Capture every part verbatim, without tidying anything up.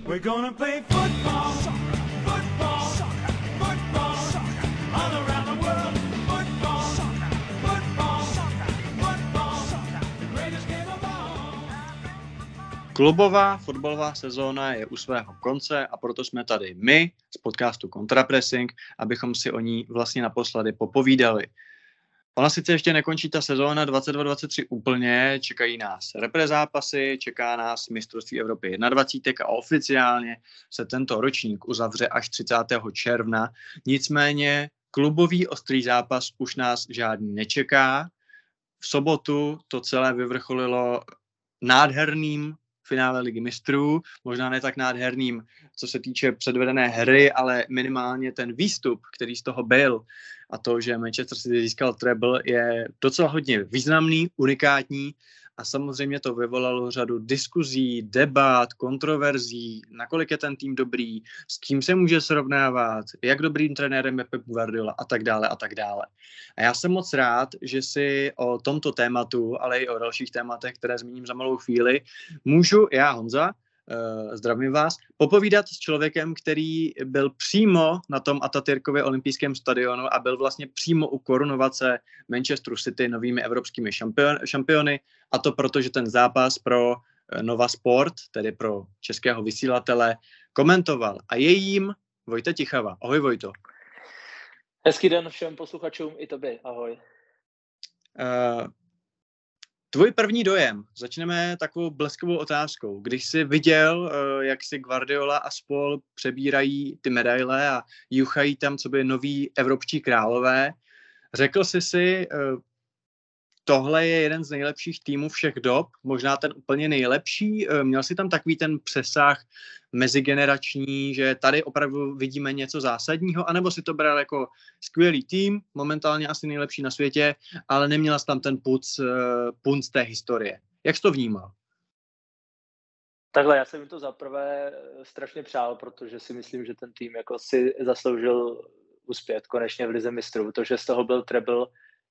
We're gonna play football, football, football, all around the world. Football, football, football, the greatest game of all. Klubová fotbalová sezóna je u svého konce a proto jsme tady my z podcastu Contrapressing, abychom si o ní vlastně naposledy popovídali. Ona sice ještě nekončí ta sezóna dvacet dva dvacet tři úplně, čekají nás repre zápasy, čeká nás mistrovství Evropy dvacet jedna a oficiálně se tento ročník uzavře až třicátého června. Nicméně klubový ostrý zápas už nás žádný nečeká. V sobotu to celé vyvrcholilo nádherným finále Ligy mistrů, možná ne tak nádherným, co se týče předvedené hry, ale minimálně ten výstup, který z toho byl, a to, že Manchester City získal treble, je docela hodně významný, unikátní a samozřejmě to vyvolalo řadu diskuzí, debat, kontroverzí, nakolik je ten tým dobrý, s kým se může srovnávat, jak dobrým trenérem je Pep Guardiola a tak dále a tak dále. A já jsem moc rád, že si o tomto tématu, ale i o dalších tématech, které zmíním za malou chvíli, můžu já, Honza, Uh, zdravím vás, popovídat s člověkem, který byl přímo na tom Atatürkově olympijském stadionu a byl vlastně přímo u korunovace Manchesteru City novými evropskými šampion, šampiony, a to proto, že ten zápas pro uh, Nova Sport, tedy pro českého vysílatele, komentoval. A je jím Vojta Tichava. Ahoj, Vojto. Hezký den všem posluchačům i tobě. Ahoj. Uh, Tvůj první dojem. Začneme takovou bleskovou otázkou. Když jsi viděl, jak si Guardiola a spol přebírají ty medaile a juchají tam, co by noví evropští králové, řekl jsi si, tohle je jeden z nejlepších týmů všech dob, možná ten úplně nejlepší. Měl jsi tam takový ten přesah mezigenerační, že tady opravdu vidíme něco zásadního, anebo si to bral jako skvělý tým, momentálně asi nejlepší na světě, ale neměla jsi tam ten punc, punc té historie. Jak jsi to vnímal? Takhle, já jsem jim to zaprvé strašně přál, protože si myslím, že ten tým jako si zasloužil uspět konečně v lize mistrů. To, že z toho byl treble,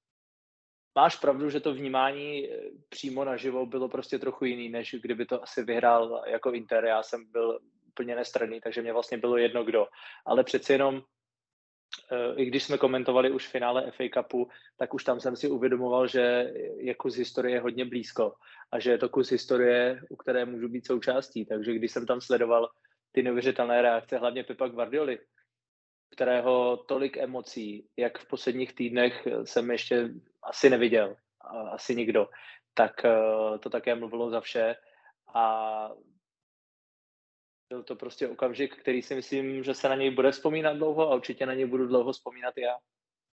máš pravdu, že to vnímání přímo naživo bylo prostě trochu jiný, než kdyby to asi vyhrál jako Inter. Já jsem byl úplně nestranný, takže mě vlastně bylo jedno kdo. Ale přeci jenom, i když jsme komentovali už finále F A Cupu, tak už tam jsem si uvědomoval, že je kus historie hodně blízko a že je to kus historie, u které můžu být součástí. Takže když jsem tam sledoval ty neuvěřitelné reakce, hlavně Pepa Guardioli, kterého tolik emocí, jak v posledních týdnech jsem ještě asi neviděl, asi nikdo, tak to také mluvilo za vše a byl to prostě okamžik, který si myslím, že se na něj bude vzpomínat dlouho a určitě na něj budu dlouho vzpomínat i já.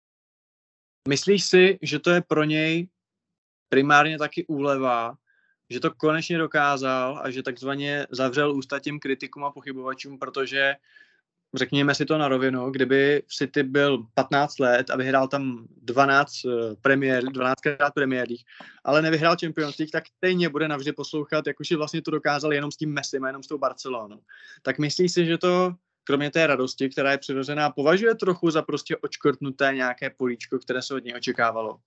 Myslíš si, že to je pro něj primárně taky úleva, že to konečně dokázal a že takzvaně zavřel ústa těm kritikům a pochybovačům, protože řekněme si to na rovinu, kdyby v City byl patnáct let a vyhrál tam dvanáct premiér, dvanáctkrát Premier League, ale nevyhrál Champions League, tak stejně bude navždy poslouchat, jak už vlastně to dokázal jenom s tím Messim a jenom s tou Barcelonou. Tak myslíš si, že to, kromě té radosti, která je přirozená, považuje trochu za prostě odškrtnuté nějaké políčko, které se od něj očekávalo?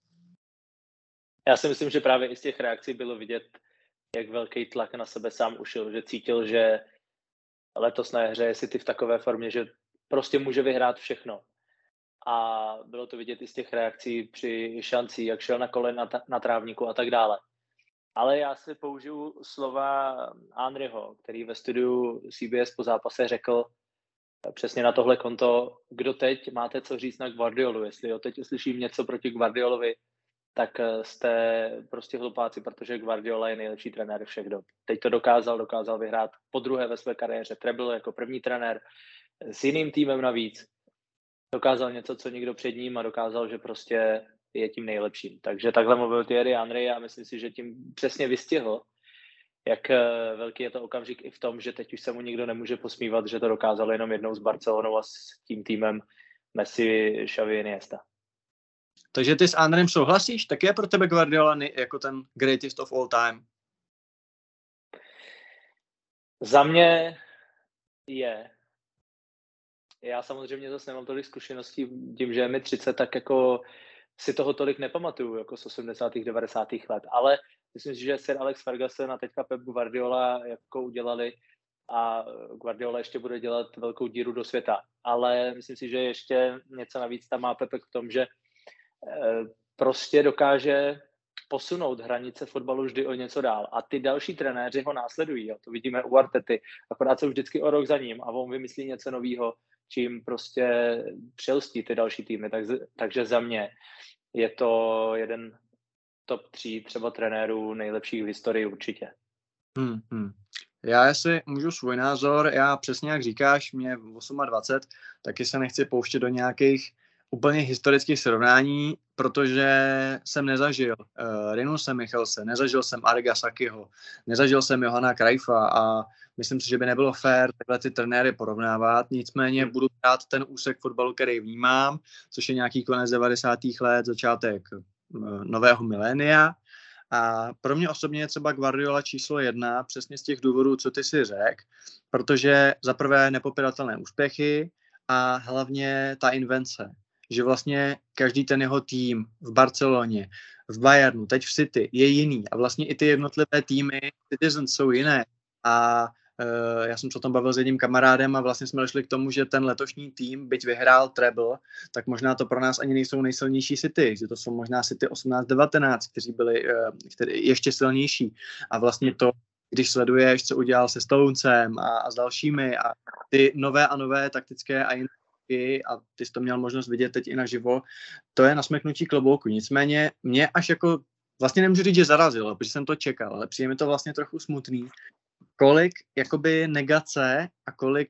Já si myslím, že právě i z těch reakcí bylo vidět, jak velký tlak na sebe sám ušil, že cítil, že letos na hře je City v takové formě, že prostě může vyhrát všechno. A bylo to vidět i z těch reakcí při šancí, jak šel na kole na, ta, na trávníku a tak dále. Ale já si použiju slova Henryho, který ve studiu C B S po zápase řekl přesně na tohle konto, kdo teď máte co říct na Guardiolu. Jestli ho teď uslyším něco proti Guardiolovi, tak jste prostě hlupáci, protože Guardiola je nejlepší trenér všech dob. Teď to dokázal, dokázal vyhrát po druhé ve své kariéře treble jako první trenér s jiným týmem navíc. Dokázal něco, co nikdo před ním a dokázal, že prostě je tím nejlepším. Takže takhle mluvil Thierry Henry a myslím si, že tím přesně vystihl, jak velký je to okamžik i v tom, že teď už se mu nikdo nemůže posmívat, že to dokázal jenom jednou s Barcelonou a s tím týmem Messi, Xavi, Iniesta. Takže ty s Andrem souhlasíš? Tak je pro tebe Guardiola jako ten greatest of all time? Za mě je. Já samozřejmě zase nemám tolik zkušeností tím, že je mi třicet, tak jako si toho tolik nepamatuju, jako z osmdesátých devadesátých let. Ale myslím si, že Sir Alex Ferguson a teďka Pep Guardiola jako udělali a Guardiola ještě bude dělat velkou díru do světa. Ale myslím si, že ještě něco navíc tam má Pepe v tom, že prostě dokáže posunout hranice fotbalu vždy o něco dál. A ty další trenéři ho následují. Jo. To vidíme u Artety. Akorát jsou vždycky o rok za ním a on vymyslí něco nového, čím prostě přelstí ty další týmy. Tak, takže za mě je to jeden top tří třeba trenérů nejlepších v historii určitě. Hmm, hmm. Já jestli můžu svůj názor, já přesně jak říkáš, mě v dvacet osm, taky se nechci pouštět do nějakých úplně historických srovnání, protože jsem nezažil uh, Rinuse Michelse, nezažil jsem Arriga Sacchiho, nezažil jsem Johana Cruyffa a myslím si, že by nebylo fér takhle ty trenéry porovnávat, nicméně budu brát ten úsek fotbalu, který vnímám, což je nějaký konec devadesátých let, začátek uh, nového milénia. A pro mě osobně je třeba Guardiola číslo jedna, přesně z těch důvodů, co ty si řekl, protože za prvé nepopiratelné úspěchy a hlavně ta invence, že vlastně každý ten jeho tým v Barceloně, v Bayernu, teď v City je jiný a vlastně i ty jednotlivé týmy Citizens jsou jiné a uh, já jsem se o tom bavil s jedním kamarádem a vlastně jsme došli k tomu, že ten letošní tým, byť vyhrál treble, tak možná to pro nás ani nejsou nejsilnější City, že to jsou možná City osmnáct devatenáct, kteří byli uh, který, ještě silnější a vlastně to, když sleduješ, co udělal se Stonesem a, a s dalšími a ty nové a nové taktické a jiné a ty jsi to měl možnost vidět teď i naživo, to je na smeknutí klobouku. Nicméně mě až jako, vlastně nemůžu říct, že zarazilo, protože jsem to čekal, ale přijde mi to vlastně trochu smutný, kolik jakoby negace a kolik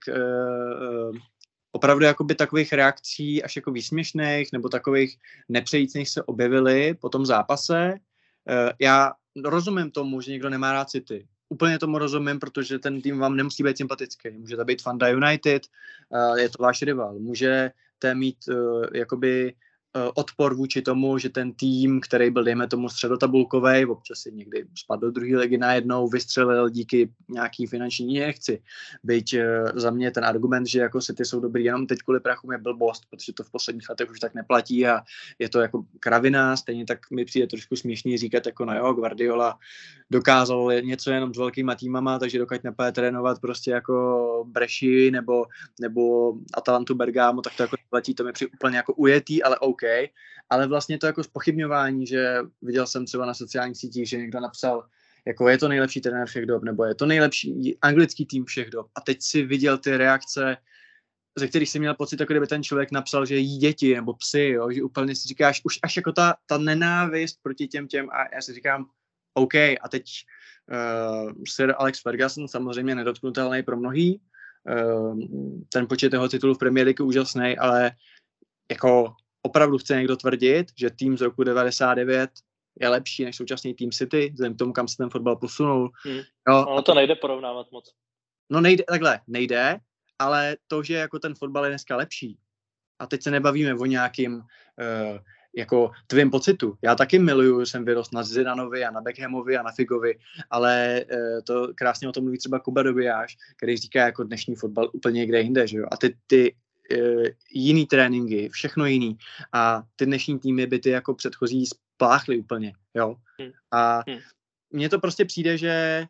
uh, opravdu jakoby takových reakcí až jako výsměšných nebo takových nepřejících se objevily po tom zápase. Uh, já rozumím tomu, že někdo nemá rád City. Úplně tomu rozumím, protože ten tým vám nemusí být sympatický. Můžete být fanda United, uh, je to váš rival. Můžete mít uh, jakoby uh, odpor vůči tomu, že ten tým, který byl, dejme tomu, středotabulkovej, občas si někdy spadl do druhé ligy najednou, vystřelil díky nějaký finanční injekci. Byť uh, za mě ten argument, že jako City jsou dobrý jenom teď kvůli prachům je blbost, protože to v posledních letech už tak neplatí a je to jako kravina, stejně tak mi přijde trošku směšný říkat jako no jo, Guardiola dokázal něco jenom s velkýma týmama, takže dokáže napájet trénovat prostě jako Bresci nebo, nebo Atalantu Bergamo, tak to jako platí, to mi přijde úplně jako ujetý, ale OK. Ale vlastně to jako zpochybňování, že viděl jsem třeba na sociálních sítích, že někdo napsal, jako je to nejlepší trenér všech dob, nebo je to nejlepší anglický tým všech dob. A teď si viděl ty reakce, ze kterých si měl pocit, jako kdyby ten člověk napsal, že jí děti nebo psy, jo? Že úplně si říkáš, už až jako ta, ta nenávist proti těm těm a já si říkám, OK, a teď uh, Sir Alex Ferguson samozřejmě nedotknutelný pro mnohý, uh, ten počet jeho titulů v Premier League je úžasný, ale jako opravdu chce někdo tvrdit, že tým z roku devadesát devět je lepší než současný tým City, vzhledem k tomu, kam se ten fotbal posunul. Hmm. Jo, ono to nejde porovnávat moc. No nejde, takhle, nejde, ale to, že jako ten fotbal je dneska lepší, a teď se nebavíme o nějakým uh, jako tvým pocitu. Já taky miluju, jsem vyrost na Zidanovi a na Beckhamovi a na Figovi, ale uh, to krásně o tom mluví třeba Kuba Dobijáš, který říká jako dnešní fotbal úplně někde jinde, že jo. A ty, ty uh, jiný tréninky, všechno jiný. A ty dnešní týmy by ty jako předchozí spláchly úplně, jo. Hmm. A hmm. mně to prostě přijde, že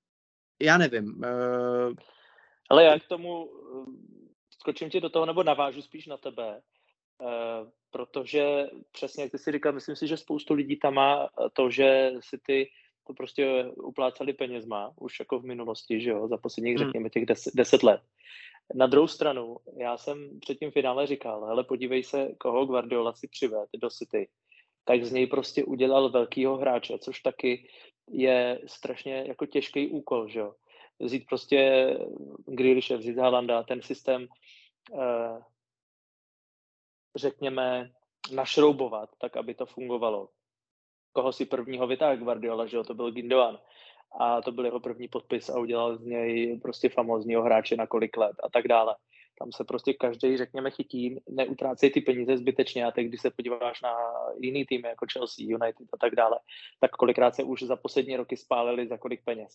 já nevím. Uh, ale já k tomu skočím ti do toho, nebo navážu spíš na tebe, uh, protože přesně jak ty si říkal, myslím si, že spoustu lidí tam má to, že si ty to prostě uplácali penězma, už jako v minulosti, že jo, za posledních, řekněme, těch deset, deset let. Na druhou stranu, já jsem před tím finále říkal, hele, podívej se, koho Guardiola si přived do City, tak z něj prostě udělal velkýho hráče, což taky je strašně jako těžký úkol, že jo. Vzít prostě Grealishe, vzít Haalanda, ten systém, eh, řekněme, našroubovat, tak, aby to fungovalo. Koho si prvního vytáhl Guardiola, že jo, to byl Gundogan. A to byl jeho první podpis a udělal z něj prostě famózního hráče na kolik let a tak dále. Tam se prostě každý, řekněme, chytí, neutrácejí ty peníze zbytečně a teď, když se podíváš na jiný týmy, jako Chelsea, United a tak dále, tak kolikrát se už za poslední roky spálili za kolik peněz.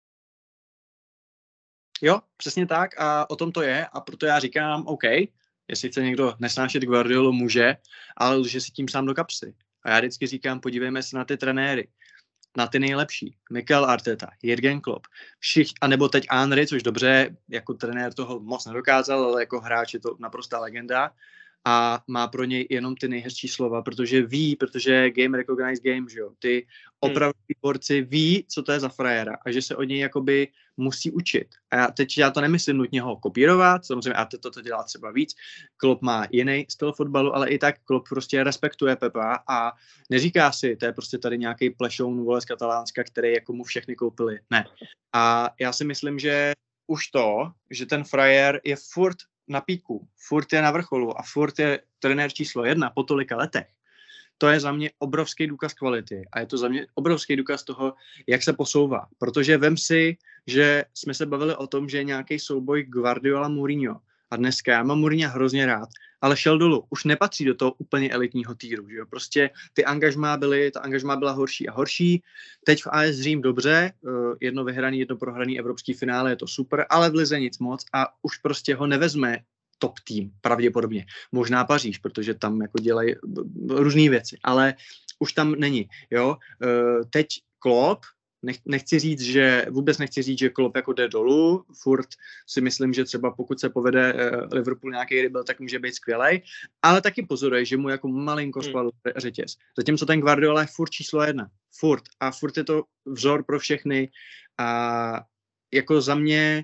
Jo, přesně tak a o tom to je a proto já říkám, OK, jestli chce někdo nesnášet Guardiolu, může, ale lže si tím sám do kapsy. A já vždycky říkám, podívejme se na ty trenéry. na ty nejlepší. Mikel Arteta, Jürgen Klopp, všich, anebo teď Henry, což dobře, jako trenér toho moc nedokázal, ale jako hráč je to naprostá legenda a má pro něj jenom ty nejhezčí slova, protože ví, protože game recognized game, že jo, ty opravdu borci ví, co to je za frajera a že se od něj jakoby musí učit. A já, teď já to nemyslím nutně ho kopírovat, samozřejmě Arteta to dělá třeba víc, Klopp má jiný styl fotbalu, ale i tak Klopp prostě respektuje Pepa a neříká si, to je prostě tady nějaký plešoun, vole z Katalánska, který jako mu všechny koupili. Ne. A já si myslím, že už to, že ten frajer je furt na píku, furt je na vrcholu a furt je trenér číslo jedna po tolika letech, to je za mě obrovský důkaz kvality a je to za mě obrovský důkaz toho, jak se posouvá. Protože vem si, že jsme se bavili o tom, že je nějaký souboj Guardiola Mourinho a dneska já mám Mourinha hrozně rád, ale šel dolů, už nepatří do toho úplně elitního týru, že jo? Prostě ty angažmá byly, ta angažmá byla horší a horší, teď v á es Řím dobře, jedno vyhraný, jedno prohraný evropský finále, je to super, ale v lize nic moc a už prostě ho nevezme top tým, pravděpodobně. Možná Paříž, protože tam jako dělají různé věci, ale už tam není, jo. Teď Klopp, nech, nechci říct, že, vůbec nechci říct, že Klopp jako jde dolů, furt si myslím, že třeba pokud se povede Liverpool nějaký rebuild, tak může být skvělej, ale taky pozoruje, že mu jako malinko spadl řetěz. Zatímco ten Guardiola je furt číslo jedna, furt a furt je to vzor pro všechny a jako za mě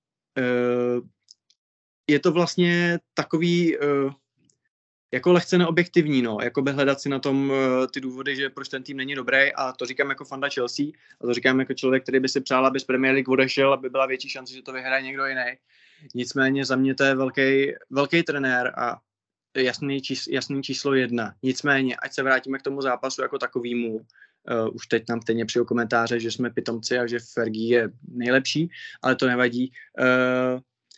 uh, je to vlastně takový uh, jako lehce neobjektivní, no, jako by hledat si na tom uh, ty důvody, že proč ten tým není dobrý a to říkám jako fanda Chelsea a to říkám jako člověk, který by si přál, aby z Premier League odešel, aby byla větší šance, že to vyhraje někdo jiný. Nicméně za mě to je velký, velký trenér a jasný, čís, jasný číslo jedna. Nicméně, ať se vrátíme k tomu zápasu jako takovýmu, uh, už teď nám stejně přijel komentáře, že jsme pitomci a že Fergie je nejlepší, ale to nevadí. Uh,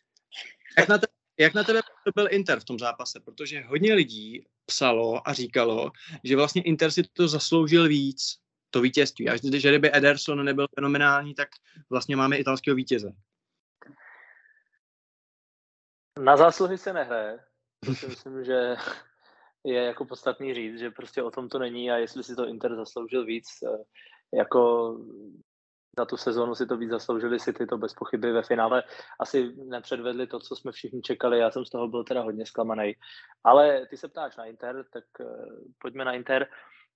Jak na, tebe, jak na tebe to byl Inter v tom zápase? Protože hodně lidí psalo a říkalo, že vlastně Inter si to zasloužil víc, to vítězství. Až když kdyby Ederson nebyl fenomenální, tak vlastně máme italského vítěze. Na zásluhy se nehraje. To si myslím, že je jako podstatný říct, že prostě o tom to není a jestli si to Inter zasloužil víc, jako za tu sezónu si to víc zasloužili City, to bez pochyby ve finále asi nepředvedli to, co jsme všichni čekali, já jsem z toho byl teda hodně zklamaný. Ale ty se ptáš na Inter, tak uh, pojďme na Inter.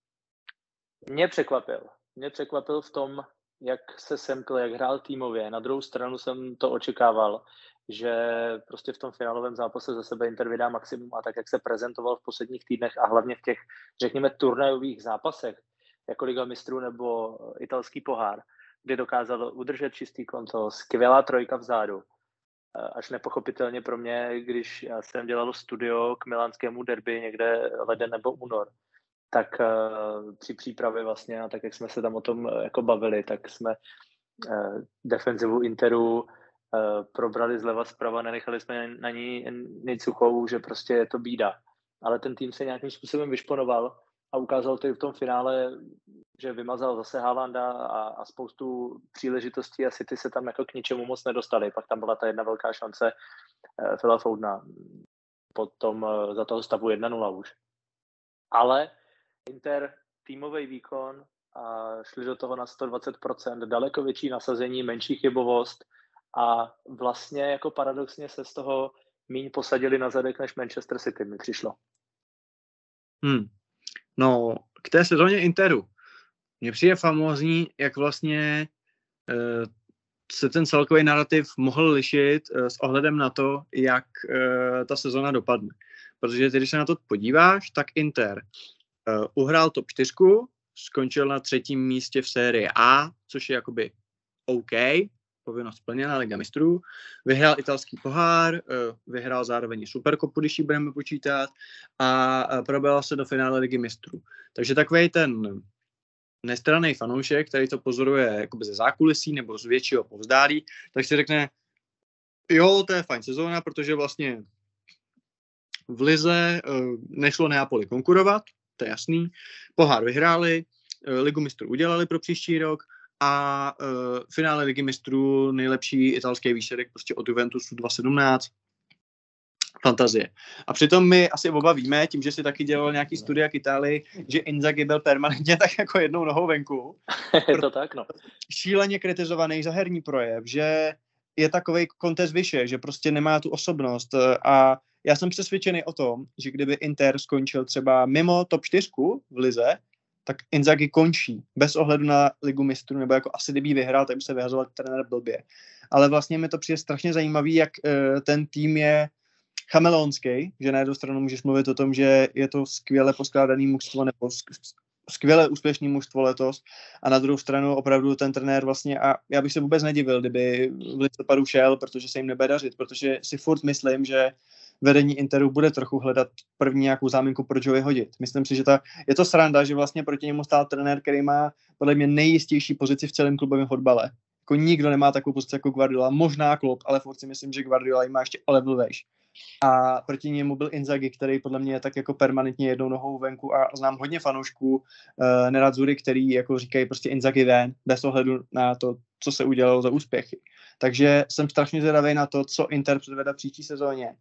Mě překvapil. Mě překvapil v tom, jak se semkl, jak hrál týmově. Na druhou stranu jsem to očekával, že prostě v tom finálovém zápase za sebe Inter vydá maximum a tak, jak se prezentoval v posledních týdnech a hlavně v těch, řekněme, turnajových zápasech, jako Liga mistrů nebo italský pohár, kdy dokázal udržet čistý konto, skvělá trojka vzadu. Až nepochopitelně pro mě, když já jsem dělal studio k milánskému derby někde leden nebo únor, tak uh, při přípravě vlastně, a tak jak jsme se tam o tom uh, jako bavili, tak jsme uh, defenzivu Interu uh, probrali zleva zprava, nenechali jsme na ní nic suchou, že prostě je to bída. Ale ten tým se nějakým způsobem vyšponoval a ukázal to i v tom finále, že vymazal zase Haalanda a, a spoustu příležitostí a City se tam jako k ničemu moc nedostali. Pak tam byla ta jedna velká šance uh, Phila Foudena potom uh, za toho stavu jedna nula už. Ale Inter týmový výkon a šli do toho na sto dvacet procent, daleko větší nasazení, menší chybovost a vlastně jako paradoxně se z toho míň posadili na zadek než Manchester City mi přišlo. Hmm. No, k té sezóně Interu. Mně přijde famózní, jak vlastně uh, se ten celkový narrativ mohl lišit uh, s ohledem na to, jak uh, ta sezóna dopadne. Protože když se na to podíváš, tak Inter uh, uhrál top čtyři, skončil na třetím místě v sérii A, což je jakoby OK, povinnost splněna, Liga mistrů, vyhrál italský pohár, uh, vyhrál zároveň Superkopu, když ji budeme počítat, a uh, probral se do finále Ligy mistrů. Takže takovej ten nestranný fanoušek, který to pozoruje jakoby ze zákulisí nebo z většího povzdálí, tak si řekne, jo, to je fajn sezóna, protože vlastně v lize uh, nešlo Neapoli konkurovat, to je jasný, pohár vyhráli, uh, Ligu mistrů udělali pro příští rok a uh, finále Ligy mistrů nejlepší italský výsledek prostě od Juventusu dva tisíce sedmnáct. fantazie. A přitom my asi oba víme, tím, že si taky dělal nějaký studia k Itálii, že Inzaghi byl permanentně tak jako jednou nohou venku. Je to tak, no. Šíleně kritizovaný za herní projev, že je takovej kontest vyše, že prostě nemá tu osobnost a já jsem přesvědčený o tom, že kdyby Inter skončil třeba mimo top čtyři v lize, tak Inzaghi končí bez ohledu na ligu mistrů, nebo jako asi kdyby vyhrál, tak by se vyhazoval trenér blbě. Ale vlastně mi to přijde strašně zajímavý, jak uh, ten tým je chameleonský, že na jednu stranu můžeš mluvit o tom, že je to skvěle poskládaný mužstvo nebo skvěle úspěšný mužstvo letos a na druhou stranu opravdu ten trenér vlastně, a já bych se vůbec nedivil, kdyby v listopadu šel, protože se jim nebude dařit, protože si furt myslím, že vedení Interu bude trochu hledat první nějakou záminku, proč ho vyhodit. Myslím si, že ta, je to sranda, že vlastně proti němu stál trenér, který má podle mě nejistější pozici v celém klubovém fotbale. Jako nikdo nemá takovou pozici jako Guardiola, možná Klopp, ale furt si myslím, že Guardiola má ještě o level vejš. A proti němu byl Inzaghi, který podle mě je tak jako permanentně jednou nohou venku a znám hodně fanoušků uh, Neradzury, který jako říkají prostě Inzaghi ven, bez ohledu na to, co se udělalo za úspěchy. Takže jsem strašně zvědavý na to, co Inter předvede v příští sezóně.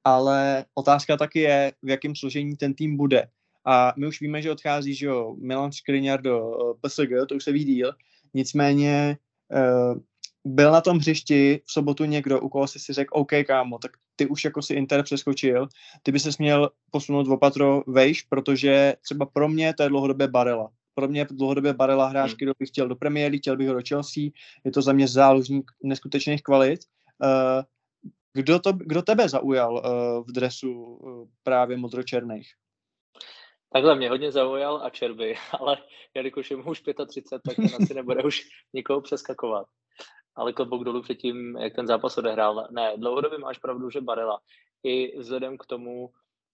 Ale otázka taky je, v jakém složení ten tým bude. A my už víme, že odchází, že jo, Milan Skriniar do P S G, to už se ví díl. Nicméně uh, byl na tom hřišti v sobotu někdo, u koho si si řekl, OK, kámo, tak ty už jako si Inter přeskočil, ty by ses měl posunout o patro vejš, protože třeba pro mě to je dlouhodobě Barella. Pro mě je dlouhodobě Barella hráč, který bych chtěl do Premier League, chtěl bych ho do Chelsea, je to za mě záložník neskutečných kvalit. Uh, kdo, to, kdo tebe zaujal uh, v dresu uh, právě modročerných? Takhle mě hodně zaujal a Čerby, ale jelikož je mu už třicet pět, tak ten asi nebude už nikoho přeskakovat. Ale klobouk dolů před tím, jak ten zápas odehrál. Ne, dlouhodobě máš pravdu, že Barella. I vzhledem k tomu,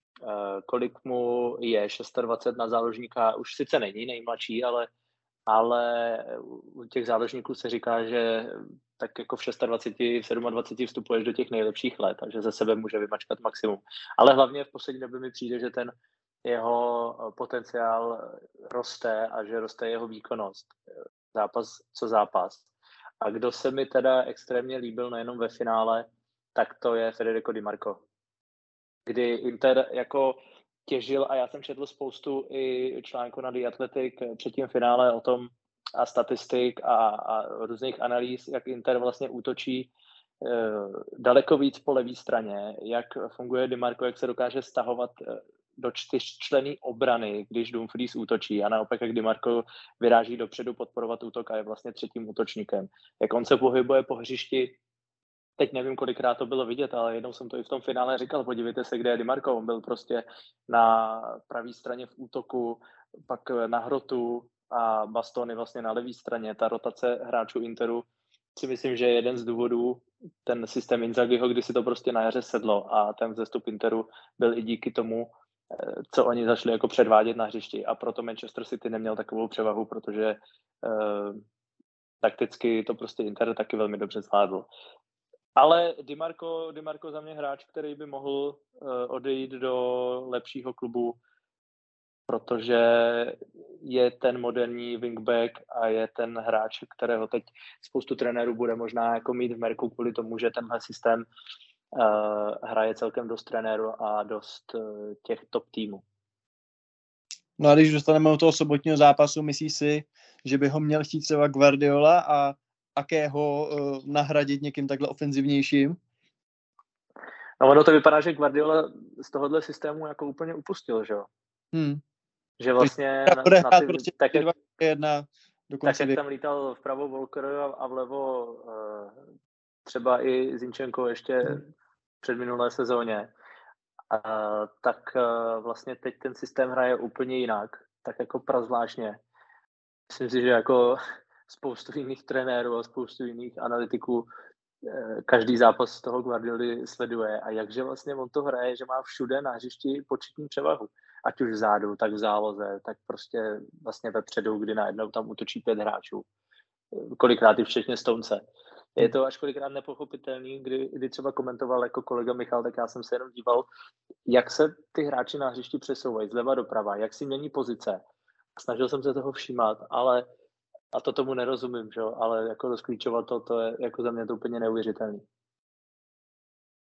kolik mu je dvacet šest na záložníka, už sice není nejmladší, ale, ale u těch záložníků se říká, že tak jako v dvacet šest, v dvacet sedm vstupuješ do těch nejlepších let a že ze sebe může vymačkat maximum. Ale hlavně v poslední době mi přijde, že ten jeho potenciál roste a že roste jeho výkonnost. Zápas co zápas. A kdo se mi teda extrémně líbil nejenom ve finále, tak to je Federico Di Marco. Kdy Inter jako těžil, a já jsem četl spoustu i článků na The Athletic před tím finále o tom a statistik a, a různých analýz, jak Inter vlastně útočí e, daleko víc po levé straně, jak funguje Di Marco, jak se dokáže stahovat do čtyřčlenné obrany, když Dumfries útočí a naopak, jak Di Marco vyráží dopředu podporovat útok a je vlastně třetím útočníkem. Jak on se pohybuje po hřišti, teď nevím, kolikrát to bylo vidět, ale jednou jsem to i v tom finále říkal, podívejte se, kde je Di Marco, on byl prostě na pravé straně v útoku, pak na hrotu a Bastoni vlastně na levé straně. Ta rotace hráčů Interu si myslím, že je jeden z důvodů, ten systém Inzaghiho, kdy si to prostě na jaře sedlo a ten vzestup Interu byl i díky tomu, co oni zašli jako předvádět na hřišti a proto Manchester City neměl takovou převahu, protože uh, takticky to prostě Inter taky velmi dobře zvládl. Ale Di Marco, Di Marco za mě hráč, který by mohl uh, odejít do lepšího klubu, protože je ten moderní wingback a je ten hráč, kterého teď spoustu trenérů bude možná jako mít v merku kvůli tomu, že tenhle systém Uh, hraje celkem dost trenéru a dost uh, těch top týmů. No a když dostaneme do toho sobotního zápasu, myslíš si, že by ho měl chtít třeba Guardiola a akého uh, nahradit někým takhle ofenzivnějším? No ono to vypadá, že Guardiola z tohohle systému jako úplně upustil, že jo? Hmm. Že vlastně na, na ty, prostě tak, jak, jedna tak jak tam lítal vpravo Walker a, a vlevo uh, třeba i Zinchenko ještě hmm. před minulé sezóně, uh, tak uh, vlastně teď ten systém hraje úplně jinak, tak jako prazvláštně. Myslím si, že jako spoustu jiných trenérů a spoustu jiných analytiků uh, každý zápas z toho Guardioli sleduje a jakže vlastně on to hraje, že má všude na hřišti početní převahu. Ať už vzadu, tak v záloze, tak prostě vlastně vepředu, kdy najednou tam útočí pět hráčů. Kolikrát i včetně Stonce. Je to až kolikrát nepochopitelný, kdy, kdy třeba komentoval jako kolega Michal, tak já jsem se jenom díval, jak se ty hráči na hřišti přesouvají zleva doprava, jak si mění pozice. Snažil jsem se toho všímat, ale a to tomu nerozumím, že? Ale jako rozklíčovat to, to je jako za mě to úplně neuvěřitelný.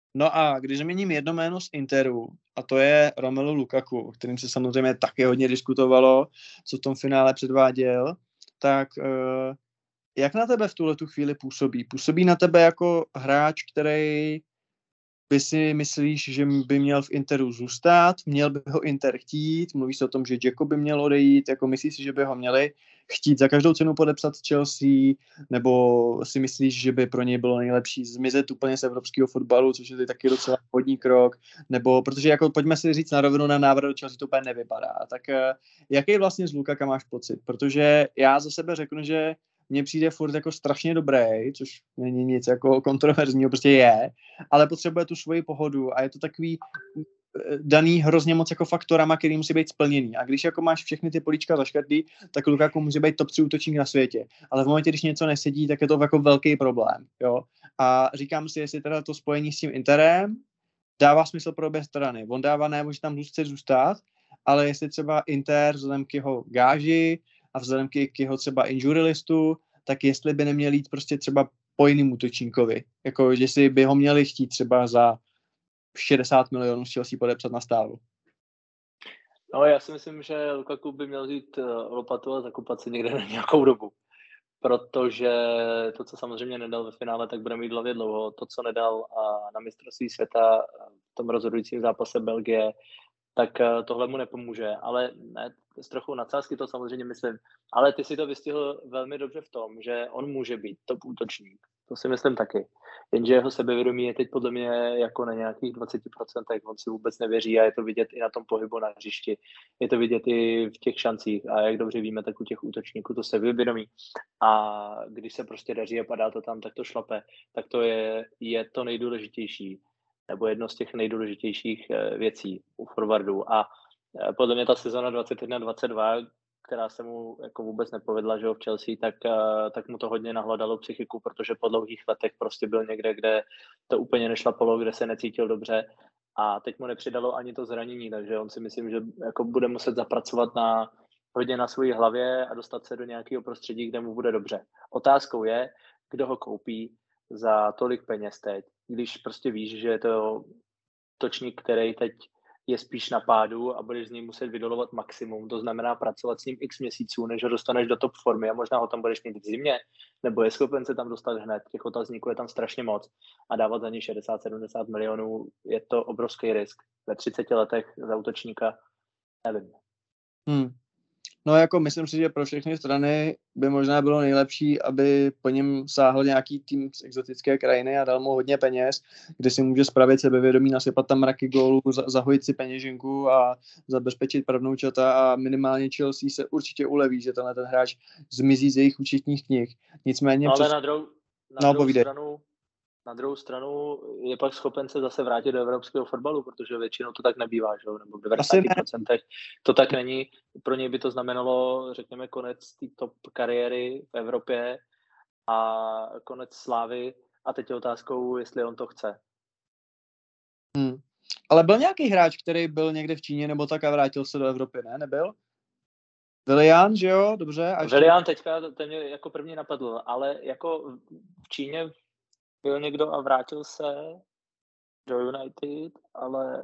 No a když změním jedno jméno z Interu, a to je Romelu Lukaku, o kterým se samozřejmě taky hodně diskutovalo, co v tom finále předváděl, tak uh, jak na tebe v tuhletu chvíli působí? Působí na tebe jako hráč, který by si myslíš, že by měl v Interu zůstat, měl by ho Inter chtít, mluví se o tom, že Dzeko by měl odejít, jako myslíš si, že by ho měli chtít za každou cenu podepsat Chelsea, nebo si myslíš, že by pro něj bylo nejlepší zmizet úplně z evropského fotbalu, což je taky docela hodný krok, nebo protože jako pojďme si říct na rovinu, na návrat do Chelsea to úplně nevypadá, tak jaký vlastně z Lukaka máš pocit? Protože já za sebe řeknu, že mně přijde furt jako strašně dobrý, což není nic jako kontroverzního, prostě je, ale potřebuje tu svoji pohodu a je to takový daný hrozně moc jako faktorama, který musí být splněný. A když jako máš všechny ty políčka zaškrtlý, tak Lukaku může být top tři útočník na světě. Ale v momentě, když něco nesedí, tak je to jako velký problém. Jo? A říkám si, jestli teda to spojení s tím Interem dává smysl pro obě strany. On dává najevo, že tam chce zůstat, ale jestli třeba Inter vzhledem k jeho gáži a vzhledem k jeho třeba injury listu, tak jestli by neměl jít prostě třeba po jiným útočníkovi. Jako, jestli by ho měli chtít třeba za šedesát milionů z Chelsea podepsat na stálu. No, já si myslím, že Lukaku by měl jít lopatu a zakopat si někde na nějakou dobu. Protože to, co samozřejmě nedal ve finále, tak bude mít v hlavě dlouho. To, co nedal na mistrovství světa v tom rozhodujícím zápase Belgie, tak tohle mu nepomůže. Ale ne, s trochou nadsázky to samozřejmě myslím. Ale ty si to vystihl velmi dobře v tom, že on může být top útočník. To si myslím taky. Jenže jeho sebevědomí je teď podle mě jako na nějakých dvacet procent, on si vůbec nevěří a je to vidět i na tom pohybu na hřišti. Je to vidět i v těch šancích a jak dobře víme, tak u těch útočníků to sebevědomí. A když se prostě daří a padá to tam, tak to šlape. Tak to je, je to nejdůležitější. Nebo jedno z těch nejdůležitějších věcí u forwardů. A podle mě ta sezona dvacet jedna dvacet dva, která se mu jako vůbec nepovedla, že ho v Chelsea, tak, tak mu to hodně nahladalo psychiku, protože po dlouhých letech prostě byl někde, kde to úplně nešlapalo, kde se necítil dobře a teď mu nepřidalo ani to zranění, takže on si myslím, že jako bude muset zapracovat na, hodně na své hlavě a dostat se do nějakého prostředí, kde mu bude dobře. Otázkou je, kdo ho koupí za tolik peněz teď, když prostě víš, že je to točník, který teď je spíš na pádu a budeš z něj muset vydolovat maximum, to znamená pracovat s ním x měsíců, než ho dostaneš do top formy a možná ho tam budeš mít v zimě, nebo je schopen se tam dostat hned, těch otazníků je tam strašně moc a dávat za ně šedesát sedmdesát milionů, je to obrovský risk. Ve třiceti letech za útočníka, nevím. Hmm. No jako myslím si, že pro všechny strany by možná bylo nejlepší, aby po něm sáhl nějaký tým z exotické krajiny a dal mu hodně peněz, kde si může spravit sebevědomí, nasypat tam mraky gólů, zahojit si peněženku a zabezpečit pravnoučata a minimálně Chelsea se určitě uleví, že tenhle ten hráč zmizí z jejich účetních knih. Nicméně... No, ale přes... na druhou, na no, druhou stranu Na druhou stranu je pak schopen se zase vrátit do evropského fotbalu, protože většinou to tak nebývá, že? Nebo v devadesát procent to tak není. Pro něj by to znamenalo, řekněme, konec té top kariéry v Evropě a konec slávy. A teď je otázkou, jestli on to chce. Hmm. Ale byl nějaký hráč, který byl někde v Číně nebo tak a vrátil se do Evropy, ne? Nebyl? Willian, že jo? Dobře. A ještě... Willian teďka, ten mě jako první napadl, ale jako v Číně byl někdo a vrátil se do United, ale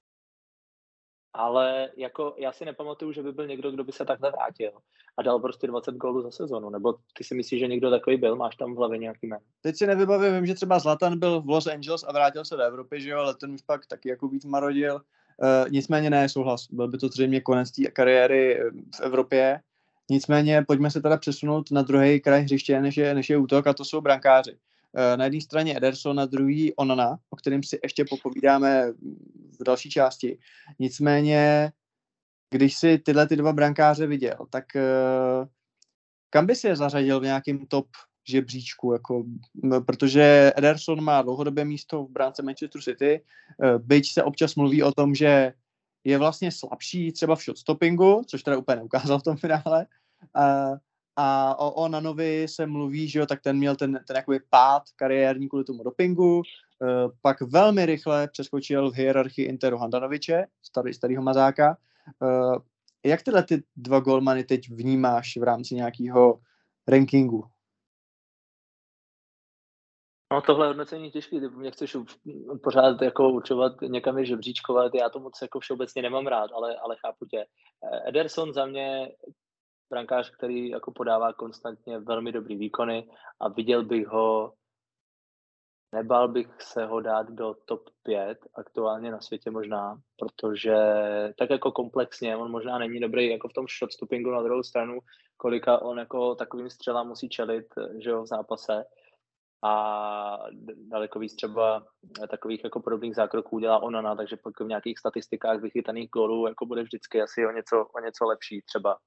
ale jako já si nepamatuju, že by byl někdo, kdo by se takhle vrátil a dal prostě dvacet gólů za sezonu, nebo ty si myslíš, že někdo takový byl? Máš tam v hlavě nějaký jméno? Teď si nevybavím, vím, že třeba Zlatan byl v Los Angeles a vrátil se do Evropy, že jo, ale ten už pak taky jako víc marodil. Uh, nicméně ne, souhlas. Byl by to zřejmě konec té kariéry v Evropě. Nicméně pojďme se teda přesunout na druhý kraj hřiště, než je, než je útok, a to jsou brankáři. Na jedné straně Ederson, na druhý Onana, o kterém si ještě popovídáme v další části. Nicméně, když si tyhle ty dva brankáře viděl, tak uh, kam by si je zařadil v nějakém top žebříčku? Jako, protože Ederson má dlouhodobé místo v bránce Manchester City, uh, byť se občas mluví o tom, že je vlastně slabší třeba v shotstoppingu, což teda úplně neukázal v tom finále. Uh, A o Onanovi se mluví, že jo, tak ten měl ten, ten jakoby pád kariérní kvůli tomu dopingu, uh, pak velmi rychle přeskočil v hierarchii Interu Handanoviče, starý, starýho mazáka. Uh, jak tyhle ty dva golmany teď vnímáš v rámci nějakého rankingu? No tohle hodnocení je těžký, ty mě chceš pořád jako určovat, někam je žebříčkovat, já to moc jako všeobecně nemám rád, ale, ale chápu tě. Ederson za mě brankář, který jako podává konstantně velmi dobrý výkony a viděl bych ho, nebál bych se ho dát do top pět aktuálně na světě možná, protože tak jako komplexně, on možná není dobrý jako v tom shot stoppingu, na druhou stranu, kolika on jako takovým střelám musí čelit, že jo, v zápase. A daleko víc třeba takových jako podobných zákroků udělá Onana, takže pokud v nějakých statistikách vychytaných gólů jako bude vždycky asi o něco, o něco lepší třeba.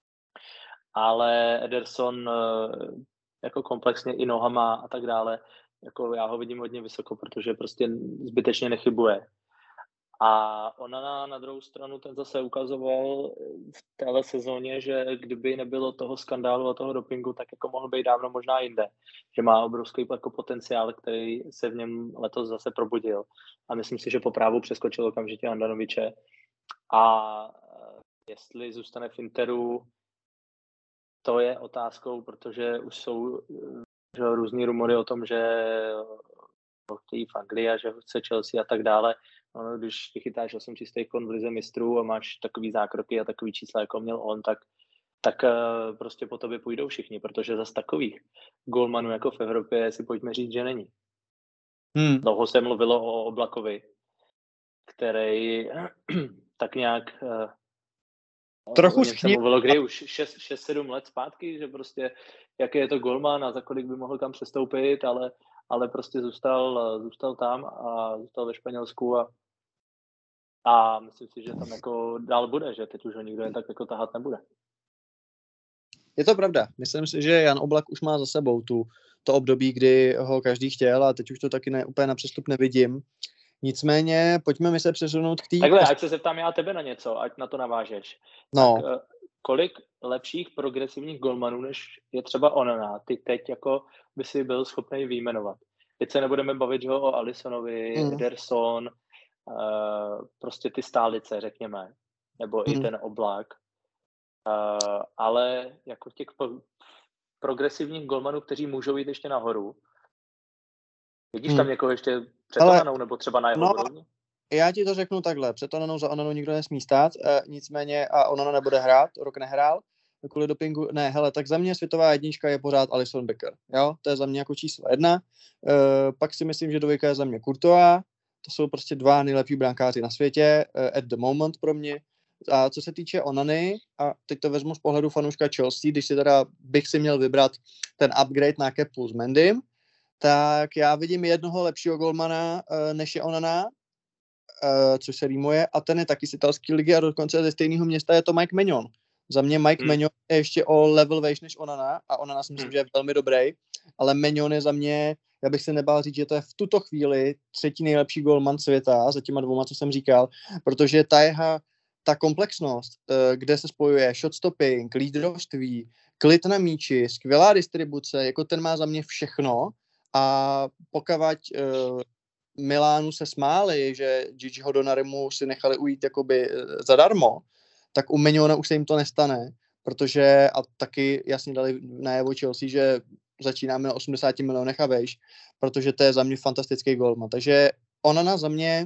Ale Ederson jako komplexně i nohama a tak dále, jako já ho vidím hodně vysoko, protože prostě zbytečně nechybuje. A Onana na druhou stranu ten zase ukazoval v téhle sezóně, že kdyby nebylo toho skandálu a toho dopingu, tak jako mohl být dávno možná jinde. Že má obrovský jako potenciál, který se v něm letos zase probudil. A myslím si, že po právu přeskočil okamžitě Handanoviče. A jestli zůstane v Interu, to je otázkou, protože už jsou že, různý rumory o tom, že ho chtějí v Anglii a že ho chce Chelsea a tak dále. No, když vychytáš osm čistých kon v lize mistrů a máš takový zákroky a takový čísla, jako měl on, tak, tak uh, prostě po tobě půjdou všichni, protože zas takových golmanů jako v Evropě si pojďme říct, že není. Hmm. Dlouho se mluvilo o Oblakovi, který tak nějak uh, trochu se mluvilo, kdy už šest sedm let zpátky, že prostě jaký je to golman a za kolik by mohl kam přestoupit, ale ale prostě zůstal, zůstal tam a zůstal ve Španělsku a, a myslím si, že tam jako dál bude, že teď už ho nikdo jen tak jako tahat nebude. Je to pravda. Myslím si, že Jan Oblak už má za sebou tu, to období, kdy ho každý chtěl a teď už to taky ne, úplně na přestup nevidím. Nicméně pojďme mi se přesunout k té... Takhle, ať se zeptám já tebe na něco, ať na to navážeš. No. Tak, kolik lepších progresivních golmanů, než je třeba Onana, ty teď jako by si byl schopný vyjmenovat. Teď se nebudeme bavit že, o Alissonovi, mm. Ederson, uh, prostě ty stálice, řekněme, nebo mm. i ten Oblak. Uh, ale jako těch pro- progresivních golmanů, kteří můžou jít ještě nahoru. Vidíš mm. tam někoho ještě před ale... Onanou, nebo třeba na jeho no. úrovni? Já ti to řeknu takhle, před Onanou za Onanou nikdo nesmí stát, e, nicméně a Onana nebude hrát, rok nehrál, kvůli dopingu, ne, hele, tak za mě světová jednička je pořád Alisson Becker, jo, to je za mě jako číslo jedna, e, pak si myslím, že dvojka je za mě Courtois, to jsou prostě dva nejlepší brankáři na světě, e, at the moment pro mě, a co se týče Onany, a teď to vezmu z pohledu fanouška Chelsea, když si teda bych si měl vybrat ten upgrade na Kepu s Mendym, tak já vidím jednoho lepšího golmana, e, než je Onana, Uh, což se rýmuje, a ten je taky z italské ligy a dokonce ze stejného města je to Mike Maignan. Za mě Mike hmm. Maignan je ještě o level vejš než Onana a Onana si myslím, hmm. že je velmi dobrý, ale Maignan je za mě, já bych se nebál říct, že to je v tuto chvíli třetí nejlepší golman světa za těma dvouma, co jsem říkal, protože ta jeho, ta komplexnost, uh, kde se spojuje shot stopping, lídrovství, klid na míči, skvělá distribuce, jako ten má za mě všechno a pokavať uh, Milánu se smáli, že Gigiho Donnarummu si nechali ujít jakoby zadarmo, tak u Magnana už se jim to nestane, protože a taky jasně dali najevo Chelsea, že začínáme na osmdesáti milionech a vejš, protože to je za mě fantastický golman. Takže Onana za mě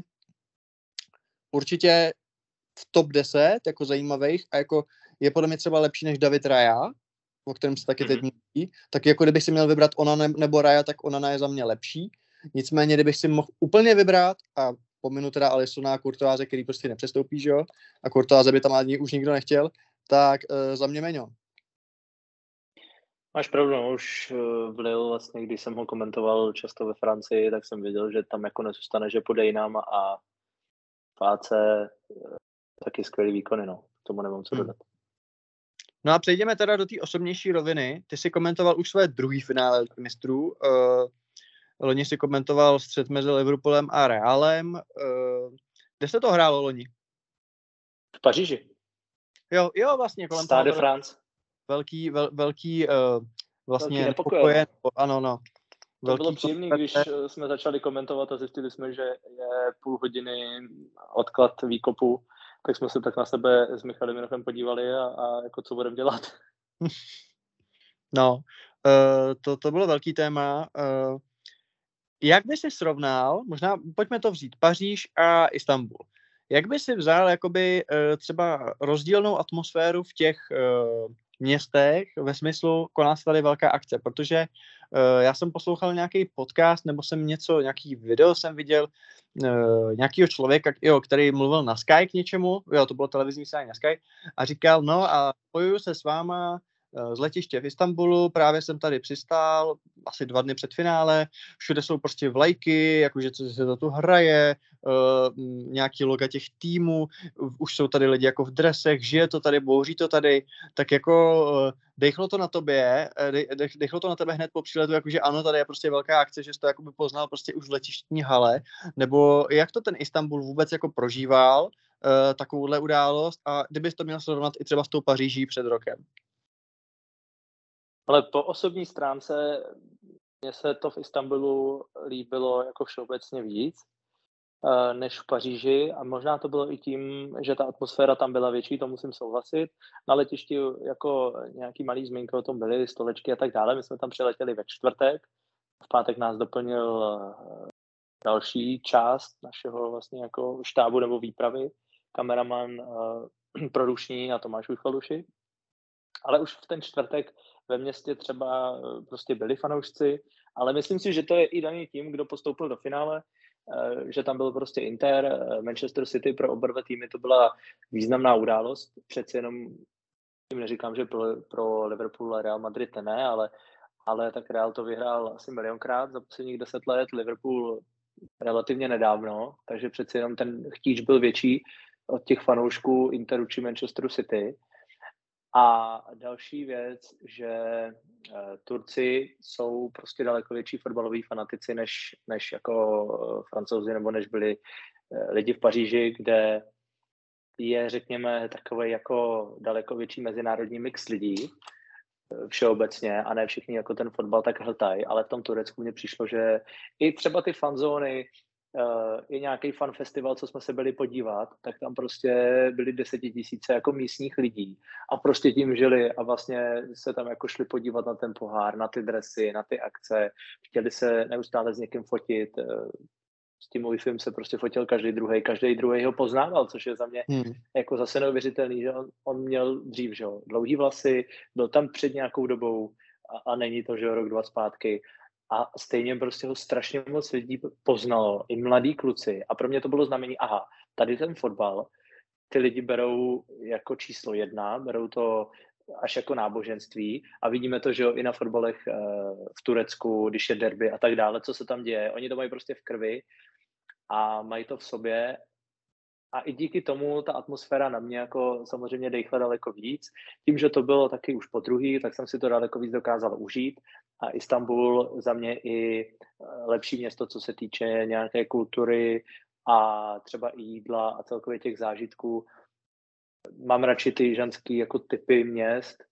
určitě v top deset jako zajímavých a jako je podle mě třeba lepší než David Raya, o kterém se taky teď mluví, tak jako kdybych si měl vybrat Onana nebo Raya, tak Onana je za mě lepší. Nicméně, kdybych si mohl úplně vybrat a pominu teda Alissona a Courtoise, který prostě nepřestoupí, že jo, a Courtoise by tam ani už nikdo nechtěl, tak uh, za mě Maignan. Máš pravdu, už v Lille vlastně, když jsem ho komentoval často ve Francii, tak jsem věděl, že tam jako nezůstane, že půjde jinam a v A C taky skvělý výkony, no. K tomu nemám co dodat. Hmm. No a přejdeme teda do té osobnější roviny. Ty jsi komentoval už své druhý finále mistrů. Uh, loni si komentoval střet mezi Liverpoolem a Realem. Uh, kde se to hrálo loni? V Paříži. Jo, jo, vlastně kolem Stade de France. Velký, vel, velký uh, vlastně velký nepokoje. Ano, no. To velký bylo příjemný, když jsme začali komentovat a zjistili jsme, že je půl hodiny odklad výkopu, tak jsme se tak na sebe s Michalem Jinochem podívali a, a jako co budeme dělat. No, uh, to, to bylo velký téma. Uh, jak by si srovnal, možná pojďme to vzít, Paříž a Istanbul. Jak by si vzal jakoby třeba rozdílnou atmosféru v těch městech ve smyslu koná se tady velká akce, protože já jsem poslouchal nějaký podcast nebo jsem něco, nějaký video jsem viděl nějakýho člověka, jo, který mluvil na Sky k něčemu, jo, to bylo televizní vysílání na Sky a říkal, no a spojuju se s váma z letiště v Istanbulu, právě jsem tady přistál, asi dva dny před finále, všude jsou prostě vlajky, jakože co se to tu hraje, uh, nějaký loga těch týmů, už jsou tady lidi jako v dresech, žije to tady, bouří to tady, tak jako uh, dechlo to na tobě, dech, dech, dechlo to na tebe hned po příletu, jakože ano, tady je prostě velká akce, že jsi to jakoby poznal prostě už v letištní hale, nebo jak to ten Istanbul vůbec jako prožíval, uh, takovouhle událost a kdybys to měl srovnat i třeba s tou Paříží před rokem? Ale po osobní stránce mně se to v Istanbulu líbilo jako všeobecně víc než v Paříži a možná to bylo i tím, že ta atmosféra tam byla větší, to musím souhlasit. Na letišti jako nějaký malý zmínky o tom byly, stolečky a tak dále. My jsme tam přiletěli ve čtvrtek, v pátek nás doplnil další část našeho vlastně jako štábu nebo výpravy, kameraman produční a Tomáš Uchvaluši. Ale už v ten čtvrtek ve městě třeba prostě byli fanoušci, ale myslím si, že to je i daný tím, kdo postoupil do finále, že tam byl prostě Inter, Manchester City, pro oba dva týmy to byla významná událost. Přeci jenom tím neříkám, že pro, pro Liverpool a Real Madrid ne, ale, ale tak Real to vyhrál asi milionkrát za posledních deset let, Liverpool relativně nedávno, takže přeci jenom ten chtíč byl větší od těch fanoušků Interu či Manchesteru City. A další věc, že Turci jsou prostě daleko větší fotbaloví fanatici než, než jako Francouzi nebo než byli lidi v Paříži, kde je, řekněme, takový jako daleko větší mezinárodní mix lidí všeobecně a ne všichni jako ten fotbal tak hltají, ale v tom Turecku mně přišlo, že i třeba ty fanzóny, Uh, je nějaký fan festival, co jsme se byli podívat, tak tam prostě byly desetitisíce jako místních lidí a prostě tím žili a vlastně se tam jako šli podívat na ten pohár, na ty dresy, na ty akce, chtěli se neustále s někým fotit, uh, s tím Wi-Fi se prostě fotil každý druhý, každý druhý ho poznával, což je za mě hmm. jako zase neuvěřitelný, že on, on měl dřív, že jo, dlouhý vlasy, byl tam před nějakou dobou a, a není to, že jo, rok, dva zpátky. A stejně prostě ho strašně moc lidí poznalo, i mladí kluci. A pro mě to bylo znamení, aha, tady ten fotbal, ty lidi berou jako číslo jedna, berou to až jako náboženství a vidíme to, že jo, i na fotbalech v Turecku, když je derby a tak dále, co se tam děje. Oni to mají prostě v krvi a mají to v sobě. A i díky tomu ta atmosféra na mě jako samozřejmě dejchla daleko víc. Tím, že to bylo taky už po druhý, tak jsem si to daleko víc dokázal užít. A Istanbul za mě i lepší město, co se týče nějaké kultury a třeba i jídla a celkově těch zážitků. Mám radši ty ženský jako typy měst.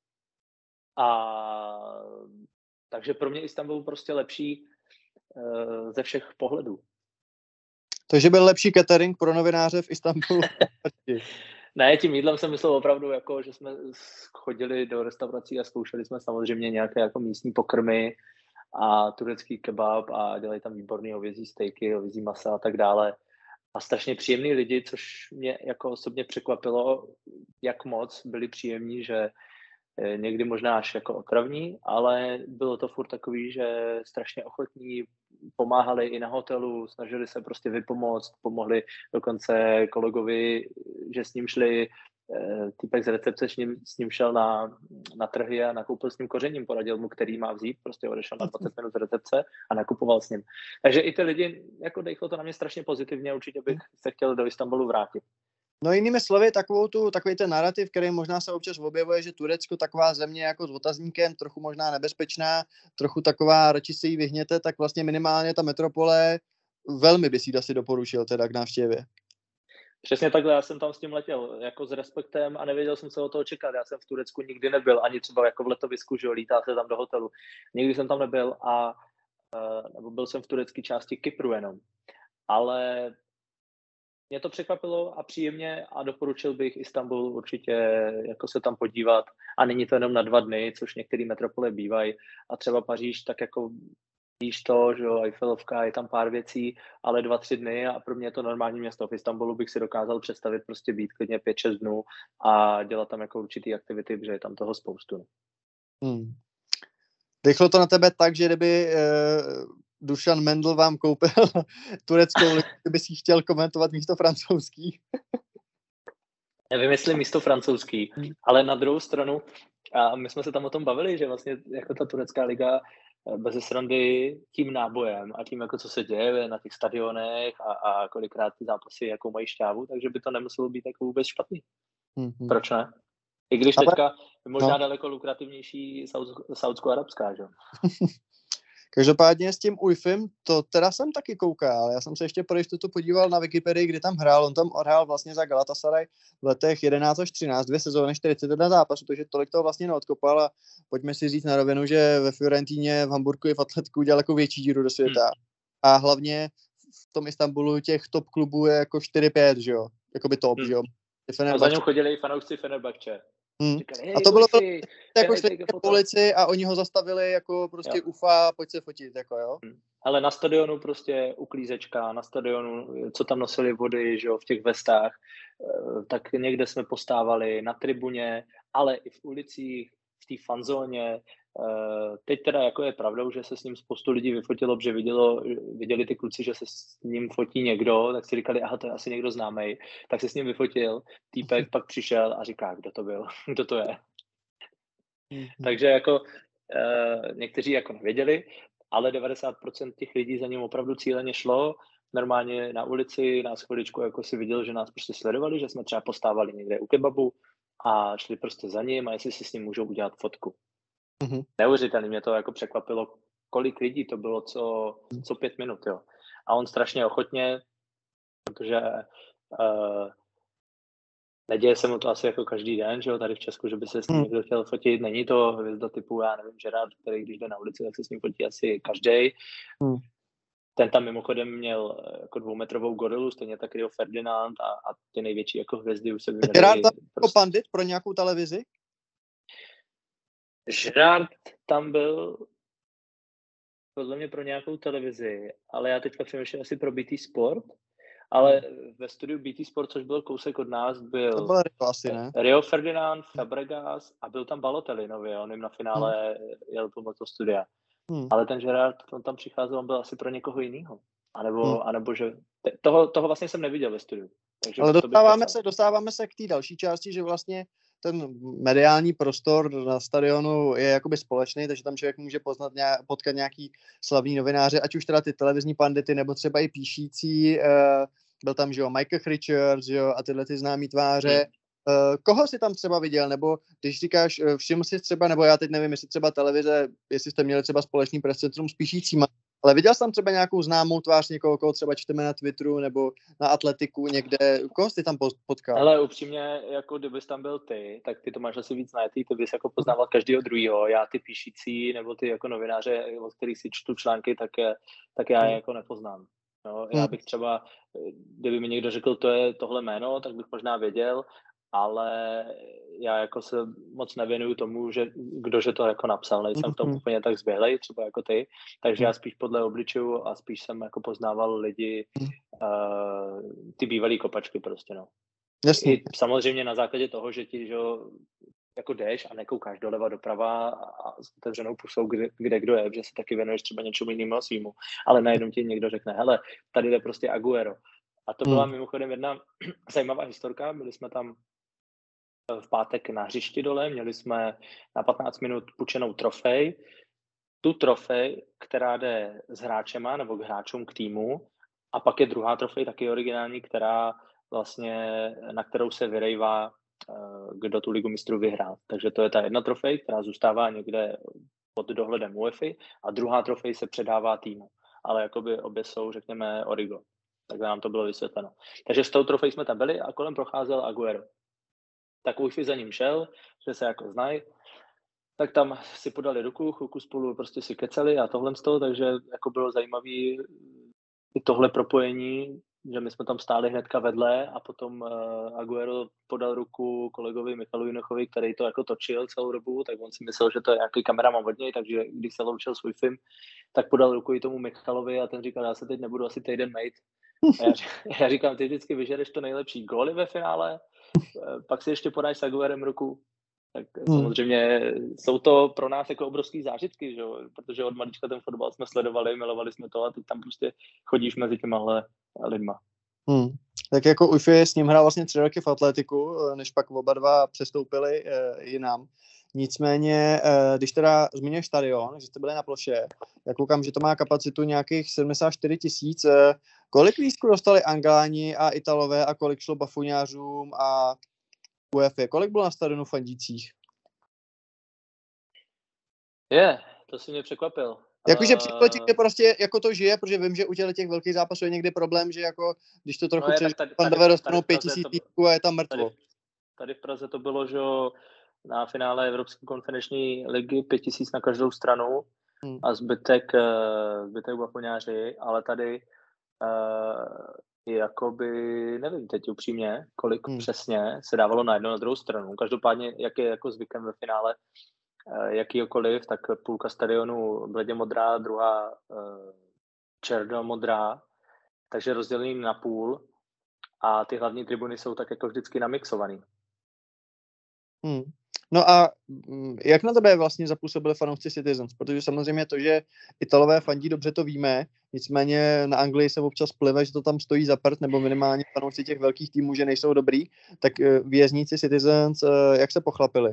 A takže pro mě Istanbul prostě lepší uh, ze všech pohledů. Takže byl lepší catering pro novináře v Istanbulu? Ne, tím jídlem jsem myslel opravdu, jako, že jsme chodili do restaurací a zkoušeli jsme samozřejmě nějaké jako místní pokrmy a turecký kebab a dělají tam výborný hovězí stejky, hovězí masa a tak dále. A strašně příjemní lidi, což mě jako osobně překvapilo, jak moc byli příjemní, že někdy možná až jako otravní, ale bylo to furt takový, že strašně ochotní, pomáhali i na hotelu, snažili se prostě vypomoct, pomohli dokonce kolegovi, že s ním šli, týpek z recepce s ním, s ním šel na, na trhy a nakoupil s ním kořením, poradil mu, který má vzít, prostě odešel na dvacet minut z recepce a nakupoval s ním. Takže i ty lidi, jako dejchlo to na mě strašně pozitivně, určitě bych se chtěl do Istanbulu vrátit. No jinými slovy, takovou tu, takový ten narrativ, který možná se občas objevuje, že Turecko taková země jako s otazníkem, trochu možná nebezpečná, trochu taková, radši si ji vyhněte, tak vlastně minimálně ta metropole velmi by si asi doporučil teda k návštěvě. Přesně takhle, já jsem tam s tím letěl, jako s respektem a nevěděl jsem, co od toho čekat. Já jsem v Turecku nikdy nebyl, ani třeba jako v letovisku, že jo, lítá se tam do hotelu. Nikdy jsem tam nebyl a nebo byl jsem v turecké části Kypru jenom. Ale mě to překvapilo a příjemně a doporučil bych Istanbul určitě jako se tam podívat a není to jenom na dva dny, což některé metropole bývají a třeba Paříž tak jako víš to, že jo, Eiffelovka, je tam pár věcí, ale dva, tři dny a pro mě je to normální město. V Istanbulu bych si dokázal představit prostě být klidně pět, šest dnů a dělat tam jako určitý aktivity, protože je tam toho spoustu. Hmm. Dechlo to na tebe tak, že kdyby uh, Dušan Mendl vám koupil tureckou ligu, kdyby si chtěl komentovat místo francouzský? Nevím, jestli místo francouzský, ale na druhou stranu, a my jsme se tam o tom bavili, že vlastně jako ta turecká liga bez srandy tím nábojem a tím, jako co se děje na těch stadionech a, a kolikrát ty zápasy jako mají šťávu, takže by to nemuselo být jako vůbec špatný. Mm-hmm. Proč ne? I když teďka je možná no. daleko lukrativnější saudsko-arabská, že? Každopádně s tím Ujfim, to teda jsem taky koukal, ale já jsem se ještě pro jistotu podíval na Wikipedii, kdy tam hrál, on tam odhrál vlastně za Galatasaray v letech jedenáct až třináct, dvě sezóny, čtyřicet jedna zápasů, takže tolik toho vlastně neodkopal a pojďme si říct na rovinu, že ve Fiorentíně, v Hamburku i v Atletiku udělal jako větší díru do světa. Hmm. A hlavně v tom Istanbulu těch top klubů je jako čtyři pět, že jo, jakoby top, hmm. že jo. A za něm chodili i fanoušci Fenerbahče. Hmm. Říkali, a to bylo to, jako šli po ulici a oni ho zastavili jako prostě jo. ufa, pojď se fotit, jako jo. Ale na stadionu prostě uklízečka, na stadionu, co tam nosili vody, že jo, v těch vestách, tak někde jsme postávali na tribuně, ale i v ulicích, v té fanzóně. Teď teda jako je pravdou, že se s ním spoustu lidí vyfotilo, protože vidělo, viděli ty kluci, že se s ním fotí někdo, tak si říkali, aha, to je asi někdo známej, tak se s ním vyfotil, týpek pak přišel a říká, kdo to byl, kdo to je. Mm-hmm. Takže jako e, někteří jako nevěděli, ale devadesát procent těch lidí za ním opravdu cíleně šlo, normálně na ulici, nás chviličku jako si viděl, že nás prostě sledovali, že jsme třeba postávali někde u kebabu a šli prostě za ním a jestli si s ním můžou udělat fotku. Mm-hmm. Neuvěřitelně mě to jako překvapilo, kolik lidí to bylo co, co pět minut, jo. A on strašně ochotně, protože uh, neděje se mu to asi jako každý den, že jo, tady v Česku, že by se s ním někdo chtěl fotit, není to hvězda typu, já nevím, Gerard, který když jde na ulici, tak se s ním fotí asi každej. Mm. Ten tam mimochodem měl jako dvoumetrovou gorilu, stejně tak Rio Ferdinand a, a ty největší jako hvězdy už se vyměnili. Gerard tam prostě... jako pandit pro nějakou televizi? Gerard tam byl podle mě pro nějakou televizi, ale já teďka přemýšlím asi pro B T Sport, ale hmm. ve studiu B T Sport, což byl kousek od nás, byl to byl Rio, asi, ne? Rio Ferdinand, Fabregas a byl tam Balotelli nově, on jim na finále hmm. jel pomocí studia. Hmm. Ale ten Gerard, on tam přicházel, on byl asi pro někoho jiného. A nebo, hmm. a nebo že toho, toho vlastně jsem neviděl ve studiu. Takže ale dostáváme se, dostáváme se k té další části, že vlastně ten mediální prostor na stadionu je jakoby společný, takže tam člověk může poznat nějak, potkat nějaký slavný novináře, ať už teda ty televizní pandity, nebo třeba i píšící. Uh, byl tam, že jo, Michael Richards, že jo, a tyhle ty známý tváře. Uh, koho jsi tam třeba viděl, nebo když říkáš, všiml jsi třeba, nebo já teď nevím, jestli třeba televize, jestli jste měli třeba společný prescentrum s píšícíma, ale viděl jsem třeba nějakou známou tvář někoho, koho třeba čteme na Twitteru nebo na Atletiku někde, koho jsi tam potkal? Ale upřímně, jako kdybys tam byl ty, tak ty to máš asi víc najetý, ty bys jako poznával každého druhýho, já ty píšící nebo ty jako novináře, od kterých si čtu články, tak, je, tak já je jako nepoznám. No, já bych třeba, kdyby mi někdo řekl, to je tohle jméno, tak bych možná věděl, ale já jako se moc nevěnuju tomu, že kdo že to jako napsal, nejsem v tom úplně tak zběhlej, třeba jako ty, takže já spíš podle obličeju a spíš jsem jako poznával lidi, uh, ty bývalý kopačky prostě, no. Jasně. I samozřejmě na základě toho, že ti, že jako jdeš a nekoukáš doleva doprava a s otevřenou pusou, kde, kde kdo je, že se taky věnuješ třeba něčemu jinému svýmu, ale najednou ti někdo řekne, hele, tady jde prostě Aguero. A to byla hmm. mimochodem jedna zajímavá historka, byli jsme tam v pátek na hřišti dole, měli jsme na patnáct minut půjčenou trofej. Tu trofej, která jde s hráčema nebo k hráčům k týmu, a pak je druhá trofej, taky originální, která vlastně, na kterou se vyrejvá, kdo tu ligu mistrů vyhrál. Takže to je ta jedna trofej, která zůstává někde pod dohledem UEFA a druhá trofej se předává týmu. Ale jakoby obě jsou, řekněme, origo. Tak nám to bylo vysvětleno. Takže s tou trofej jsme tam byli a kolem procházel Aguero. Tak už za ním šel, že se jako znají, tak tam si podali ruku, chvilku spolu prostě si kecali a tohle z toho, takže jako bylo zajímavý i tohle propojení, že my jsme tam stáli hnedka vedle a potom uh, Aguero podal ruku kolegovi Michalu Jinochovi, který to jako točil celou dobu, tak on si myslel, že to je nějaký kameraman od něj, takže když se loučil svůj film, tak podal ruku i tomu Michalovi a ten říkal, já se teď nebudu asi týden mejt. A já, já říkám, ty vždycky vyžereš to nejlepší góly ve finále, pak si ještě podáš s Aguerem ruku. Tak hmm. samozřejmě jsou to pro nás jako obrovský zážitky, že? Protože od malička ten fotbal jsme sledovali, milovali jsme to a teď tam prostě chodíš mezi těma lidma. Hmm. Tak jako Ujfi s ním hrál vlastně tři roky v Atletiku, než pak oba dva přestoupili eh, jinam. Nicméně, eh, když teda zmiňuješ stadion, že jste byli na ploše, já koukám, že to má kapacitu nějakých sedmdesát čtyři tisíc. Eh, kolik lístků dostali Angláni a Italové a kolik šlo bafuňářům a U E F A? Kolik bylo na stadionu fandících? Je, yeah, to si mě překvapil. Jakože při kde prostě jako to žije, protože vím, že u těch velkých zápasů je někdy problém, že jako, když to trochu no přeží, fandové dostanou pět tisíc lístků a je tam mrtvo. Tady, tady v Praze to bylo, že na finále Evropské konferenční ligy pět tisíc na každou stranu hmm. a zbytek, zbytek bafuňáři, ale tady uh, jakoby, nevím teď upřímně, kolik hmm. přesně se dávalo na jednu na druhou stranu. Každopádně, jak je jako zvykem ve finále jakýkoliv, tak půlka stadionu bledě modrá, druhá uh, černomodrá, takže rozdělený na půl a ty hlavní tribuny jsou tak jako vždycky namixovaný. Hmm. No a jak na tebe vlastně zapůsobili fanoušci Citizens? Protože samozřejmě to, že Italové fandí, dobře to víme, nicméně na Anglii se občas plive, že to tam stojí za prd, nebo minimálně fanoušci těch velkých týmů, že nejsou dobrý, tak vězníci Citizens, jak se pochlapili?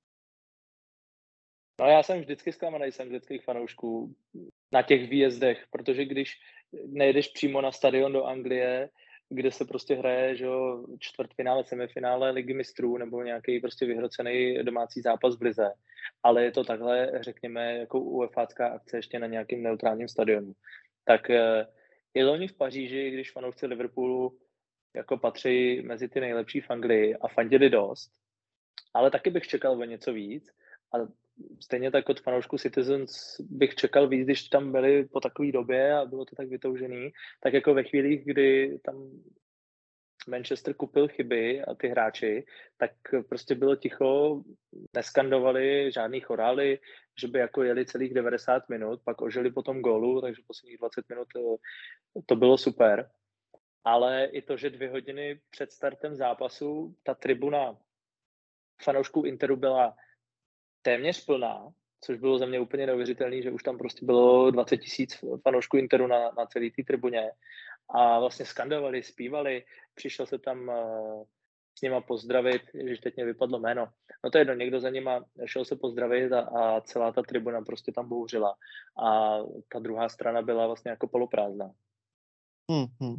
No já jsem vždycky zklamaný z anglických fanoušků na těch výjezdech, protože když nejedeš přímo na stadion do Anglie, kde se prostě hraje, že jo, čtvrtfinále, semifinále Ligy mistrů nebo nějaký prostě vyhrocený domácí zápas v lize, ale je to takhle, řekněme, jako UEFácká akce ještě na nějakým neutrálním stadionu. Tak je loni v Paříži, když fanoušci Liverpoolu jako patří mezi ty nejlepší v Anglii a fandili dost, ale taky bych čekal o něco víc a stejně tak od fanoušku Citizens bych čekal víc, když tam byli po takové době a bylo to tak vytoužený, tak jako ve chvílích, kdy tam Manchester kupil chyby a ty hráči, tak prostě bylo ticho, neskandovali žádný chorály, že by jako jeli celých devadesát minut, pak ožili po tom gólu, takže posledních dvacet minut to, to bylo super. Ale i to, že dvě hodiny před startem zápasu ta tribuna fanoušků Interu byla téměř plná, což bylo za mě úplně neuvěřitelné, že už tam prostě bylo dvacet tisíc fanoušků Interu na, na celé té tribuně a vlastně skandovali, zpívali, přišel se tam uh, s nima pozdravit, ježiš, teď mě vypadlo jméno, no to je jedno, někdo za nima šel se pozdravit a, a celá ta tribuna prostě tam bouřila a ta druhá strana byla vlastně jako poloprázdná. Hmm.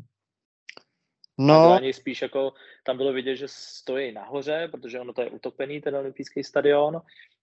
No. Ani spíš jako tam bylo vidět, že stojí nahoře, protože ono to je utopený, ten olympijský stadion,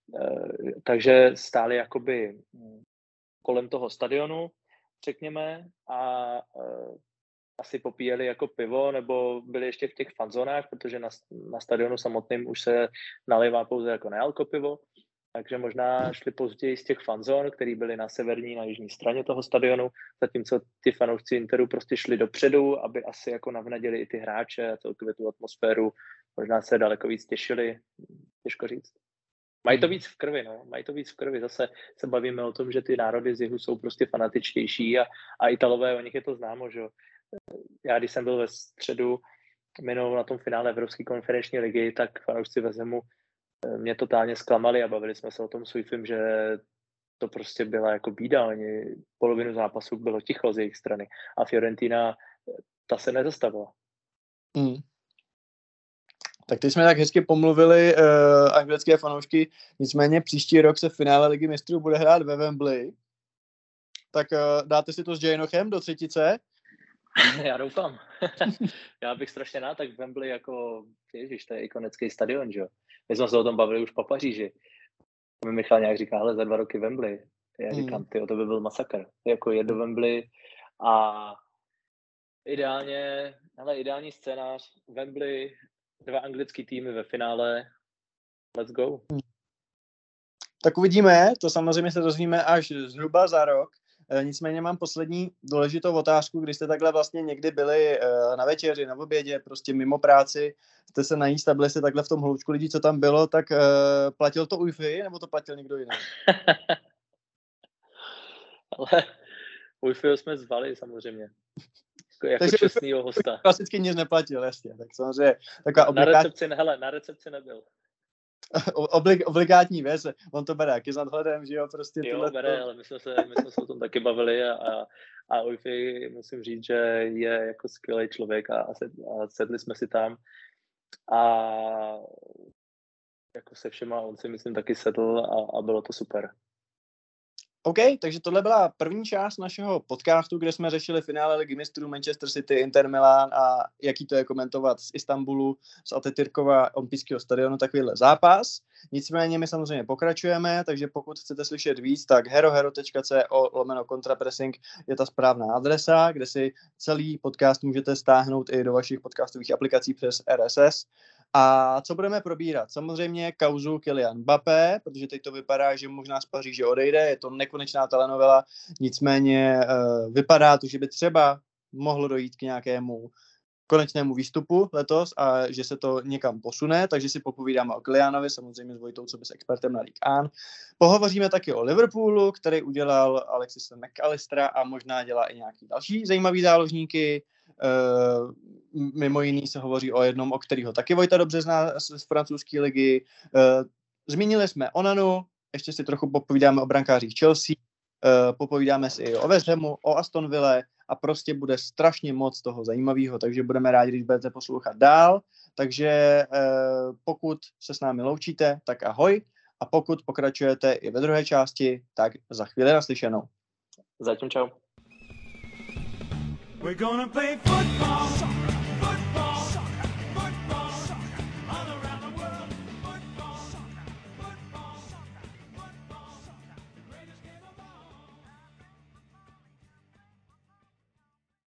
takže stáli jakoby kolem toho stadionu, řekněme, a asi popíjeli jako pivo, nebo byli ještě v těch fanzónách, protože na, na stadionu samotným už se nalévá pouze jako nealko pivo, takže možná šli později z těch fanzón, který byly na severní, na jižní straně toho stadionu, zatímco ty fanoušci Interu prostě šli dopředu, aby asi jako navnadili i ty hráče a celkově tu atmosféru, možná se daleko víc těšili, těžko říct. Mají to víc v krvi, no, mají to víc v krvi, zase se bavíme o tom, že ty národy z jihu jsou prostě fanatičtější a, a Italové, o nich je to známo, že já když jsem byl ve středu minulou na tom finále Evropské konferenční ligy, tak fanoušci ve Zemu mě totálně zklamali a bavili jsme se o tom svůj film, že to prostě byla jako bída. Oni polovinu zápasu bylo ticho z jejich strany a Fiorentina, ta se nezastavila. Hmm. Tak teď jsme tak hezky pomluvili uh, anglické fanoušky, nicméně příští rok se v finále Ligy mistrů bude hrát ve Wembley. Tak uh, dáte si to s Janochem do třetice? Já doufám. Já bych strašně rád, tak v Wembley jako, ježiš, to je ikonický stadion, že jo. My jsme se o tom bavili už po Paříži. Mi Michal nějak říká, hele, za dva roky Wembley. Já říkám, ty, to by byl masakr. Jako jet do Wembley a ideálně, hele, ideální scénář, Wembley, dva anglický týmy ve finále, let's go. Tak uvidíme, to samozřejmě se dozvíme až zhruba za rok. E, nicméně mám poslední důležitou otázku, když jste takhle vlastně někdy byli e, na večeři, na obědě, prostě mimo práci, jste se najíst a byli jste takhle v tom hloučku lidí, co tam bylo, tak e, platil to Wi-Fi, nebo to platil někdo jiný? Ale Wi-Fi jsme zvali samozřejmě. Jako, jako Takže čestnýho hosta. Klasicky nic neplatil, jasně. Tak samozřejmě taková Na recepci, hele, na recepci nebyl. Oblig, obligátní věc, on to bere jaký s nadhledem, že jo, prostě jo, tohle bere, ale my jsme, se, my jsme se o tom taky bavili a, a, a Wi-Fi musím říct, že je jako skvělý člověk a, a, sed, a sedli jsme si tam a jako se všema on si myslím taky sedl a, a bylo to super. OK, takže tohle byla první část našeho podcastu, kde jsme řešili finále Ligy mistrů Manchester City, Inter Milan a jaký to je komentovat z Istanbulu, z Atatürkova olympijského stadionu, takovýhle zápas. Nicméně my samozřejmě pokračujeme, takže pokud chcete slyšet víc, tak herohero tečka co lomeno kontrapressing je ta správná adresa, kde si celý podcast můžete stáhnout i do vašich podcastových aplikací přes R S S. A co budeme probírat? Samozřejmě kauzu Kylian Mbappé, protože teď to vypadá, že možná z Paříže odejde, je to nekonečná telenovela, nicméně uh, vypadá to, že by třeba mohlo dojít k nějakému konečnému výstupu letos a že se to někam posune, takže si popovídáme o Kylianovi, samozřejmě s Vojtou, co by s expertem na Ligue jedna. Pohovoříme taky o Liverpoolu, který udělal Alexise McAllistera a možná dělá i nějaký další zajímavý záložníky. Uh, mimo jiný se hovoří o jednom, o kterého taky Vojta dobře zná z, z francouzské ligy. Uh, zmínili jsme Onanu, ještě si trochu popovídáme o brankářích Chelsea, uh, popovídáme si i o West Hamu, o Aston Ville a prostě bude strašně moc toho zajímavého, takže budeme rádi, když budete poslouchat dál. Takže uh, pokud se s námi loučíte, tak ahoj, a pokud pokračujete i ve druhé části, tak za chvíli naslyšenou. Zatím čau. We're gonna play football, football.